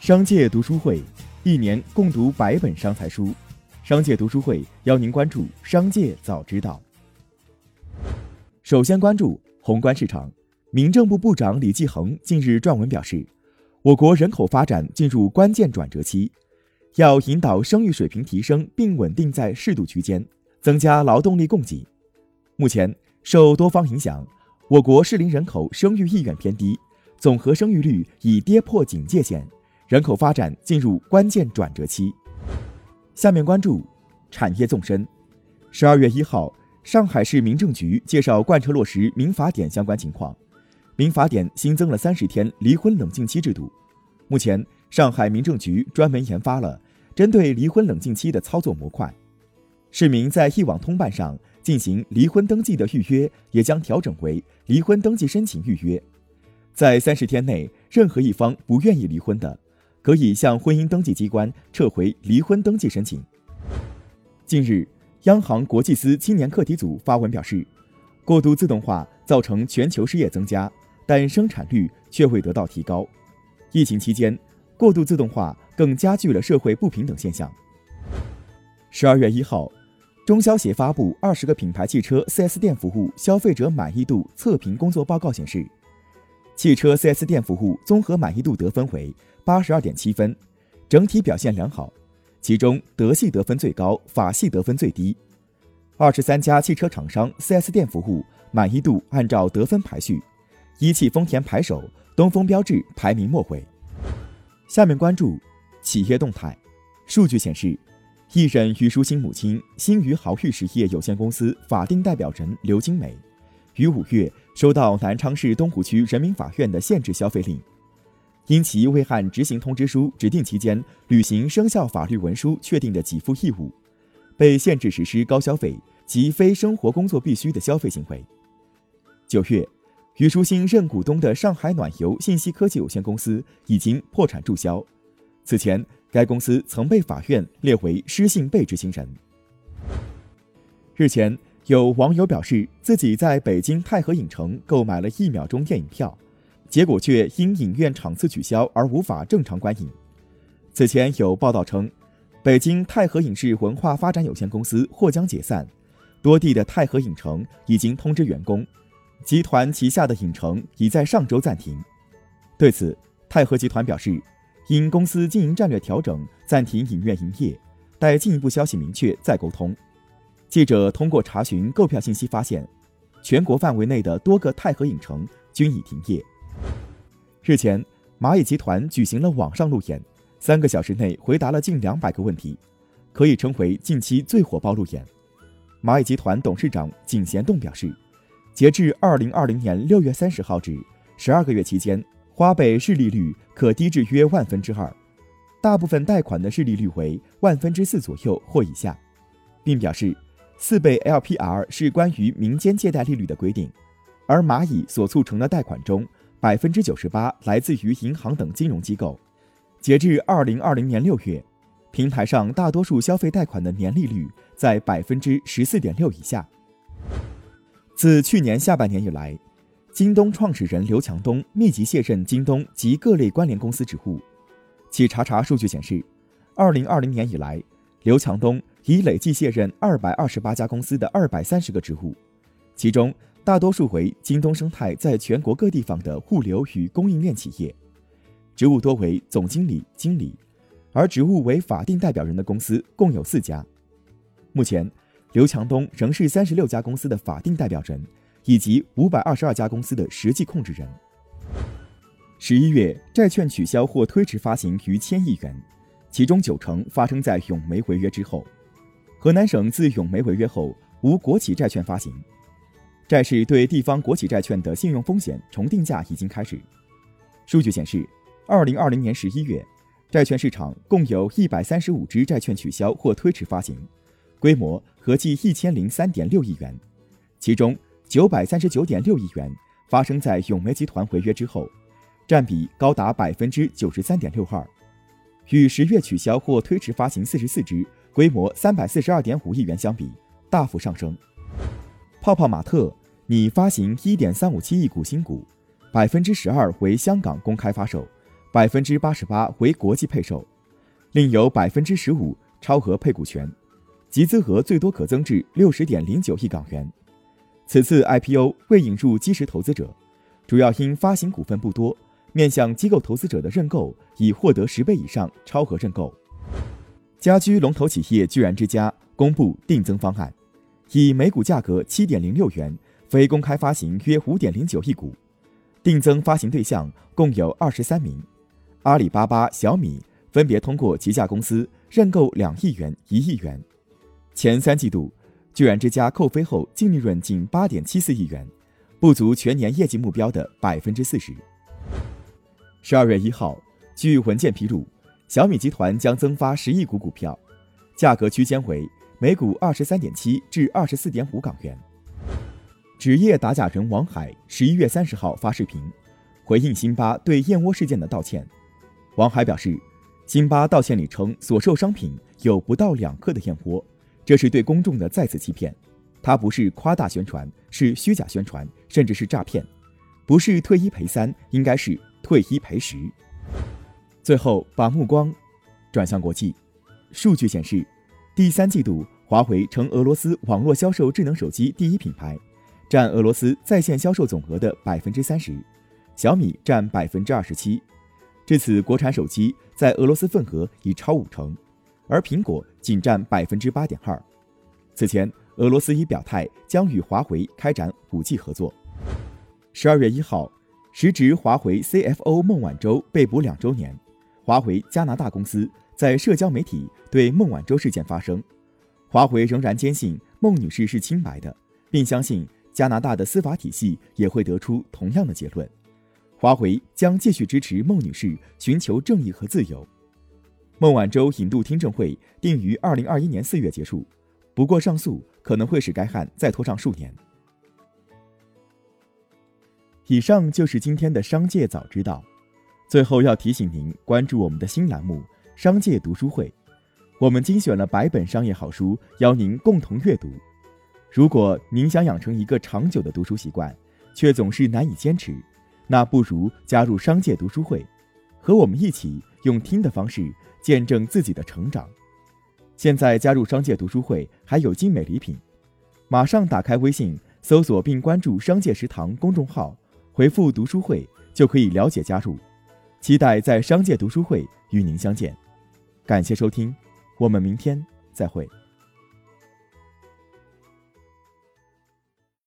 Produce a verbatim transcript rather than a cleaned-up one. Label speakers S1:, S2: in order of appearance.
S1: 商界读书会，一年共读百本商财书。商界读书会邀您关注商界早知道。首先关注宏观市场。民政部部长李继恒近日撰文表示，我国人口发展进入关键转折期，要引导生育水平提升并稳定在适度区间，增加劳动力供给。目前受多方影响，我国适龄人口生育意愿偏低，总和生育率已跌破警戒线，人口发展进入关键转折期。下面关注产业纵深。十二月一号，上海市民政局介绍贯彻落实民法典相关情况。民法典新增了三十天离婚冷静期制度。目前，上海民政局专门研发了针对离婚冷静期的操作模块。市民在一网通办上进行离婚登记的预约，也将调整为离婚登记申请预约。在三十天内，任何一方不愿意离婚的，可以向婚姻登记机关撤回离婚登记申请。近日，央行国际司青年课题组发文表示，过度自动化造成全球失业增加，但生产率却未得到提高。疫情期间，过度自动化更加剧了社会不平等现象。十二月一号，中消协发布二十个品牌汽车 四 S 店服务消费者满意度测评工作报告显示，汽车 四 S 店服务综合满意度得分为 八十二点七分，整体表现良好，其中德系得分最高，法系得分最低。二十三家汽车厂商 四 S 店服务满意度按照得分排序，一汽丰田排首，东风标致排名末尾。下面关注企业动态。数据显示，艺人虞书欣母亲新余豪裕实业有限公司法定代表人刘金梅于五月收到南昌市东湖区人民法院的限制消费令，因其未按执行通知书指定期间履行生效法律文书确定的给付义务，被限制实施高消费及非生活工作必需的消费行为。九月，虞书欣任股东的上海暖游信息科技有限公司已经破产注销。此前，该公司曾被法院列为失信被执行人。日前，有网友表示自己在北京太和影城购买了一秒钟电影票，结果却因影院场次取消而无法正常观影。此前有报道称，北京太和影视文化发展有限公司或将解散，多地的太和影城已经通知员工，集团旗下的影城已在上周暂停。对此，太和集团表示，因公司经营战略调整，暂停影院营业，待进一步消息明确再沟通。记者通过查询购票信息发现，全国范围内的多个太和影城均已停业。日前，蚂蚁集团举行了网上路演，三个小时内回答了近两百个问题，可以称为近期最火爆路演。蚂蚁集团董事长井贤栋表示，截至二零二零年六月三十号止，十二个月期间，花呗日利率可低至约万分之二，大部分贷款的日利率为万分之四左右或以下，并表示四倍 L P R 是关于民间借贷利率的规定，而蚂蚁所促成的贷款中，百分之九十八来自于银行等金融机构。截至二零二零年六月，平台上大多数消费贷款的年利率在百分之十四点六以下。自去年下半年以来，京东创始人刘强东密集卸任京东及各类关联公司职务。企查查数据显示，二零二零年以来，刘强东已累计卸任二百二十八家公司的二百三十个职务，其中大多数为京东生态在全国各地方的物流与供应链企业，职务多为总经理、经理，而职务为法定代表人的公司共有四家。目前，刘强东仍是三十六家公司的法定代表人，以及五百二十二家公司的实际控制人。十一月，债券取消或推迟发行逾千亿元，其中九成发生在永煤违约之后。河南省自永煤违约后，无国企债券发行，债市对地方国企债券的信用风险重定价已经开始。数据显示，二零二零年十一月，债券市场共有一百三十五只债券取消或推迟发行，规模合计一千零三点六亿元，其中九百三十九点六亿元发生在永煤集团违约之后，占比高达百分之九十三点六二，与十月取消或推迟发行四十四只，规模三百四十二点五亿元相比，大幅上升。泡泡玛特拟发行一点三五七亿股新股，百分之十二为香港公开发售， 百分之八十八为国际配售，另有百分之十五超额配股权，集资额最多可增至六十点零九亿港元。此次 I P O 未引入基石投资者，主要因发行股份不多，面向机构投资者的认购已获得十倍以上超额认购。家居龙头企业居然之家公布定增方案，以每股价格 七点零六元非公开发行约 五点零九亿股，定增发行对象共有二十三名，阿里巴巴、小米分别通过旗下公司认购两亿元、一亿元。前三季度，居然之家扣非后净利润仅 八点七四亿元，不足全年业绩目标的 百分之四十。十二月一号，据文件披露，小米集团将增发十亿股股票，价格区间为每股 二十三点七 至 二十四点五港元。职业打假人王海十一月三十号发视频，回应辛巴对燕窝事件的道歉。王海表示，辛巴道歉里称所售商品有不到两克的燕窝，这是对公众的再次欺骗，它不是夸大宣传，是虚假宣传，甚至是诈骗，不是退一赔三，应该是退一赔十。最后把目光转向国际，数据显示，第三季度华为成俄罗斯网络销售智能手机第一品牌，占俄罗斯在线销售总额的 百分之三十， 小米占 百分之二十七。 至此，国产手机在俄罗斯份额已超五成，而苹果仅占 百分之八点二。 此前，俄罗斯已表态将与华为开展 五 G 合作。十二月一号，时值华为 C F O 孟晚舟被捕两周年，华为加拿大公司在社交媒体对孟晚舟事件发声，华为仍然坚信孟女士是清白的，并相信加拿大的司法体系也会得出同样的结论。华为将继续支持孟女士寻求正义和自由。孟晚舟引渡听证会定于二零二一年四月结束，不过上诉可能会使该案再拖上数年。以上就是今天的商界早知道。最后要提醒您关注我们的新栏目商界读书会，我们精选了百本商业好书，邀您共同阅读。如果您想养成一个长久的读书习惯，却总是难以坚持，那不如加入商界读书会，和我们一起用听的方式见证自己的成长。现在加入商界读书会还有精美礼品，马上打开微信搜索并关注商界食堂公众号，回复读书会就可以了解加入。期待在商界读书会与您相见。感谢收听，我们明天再会。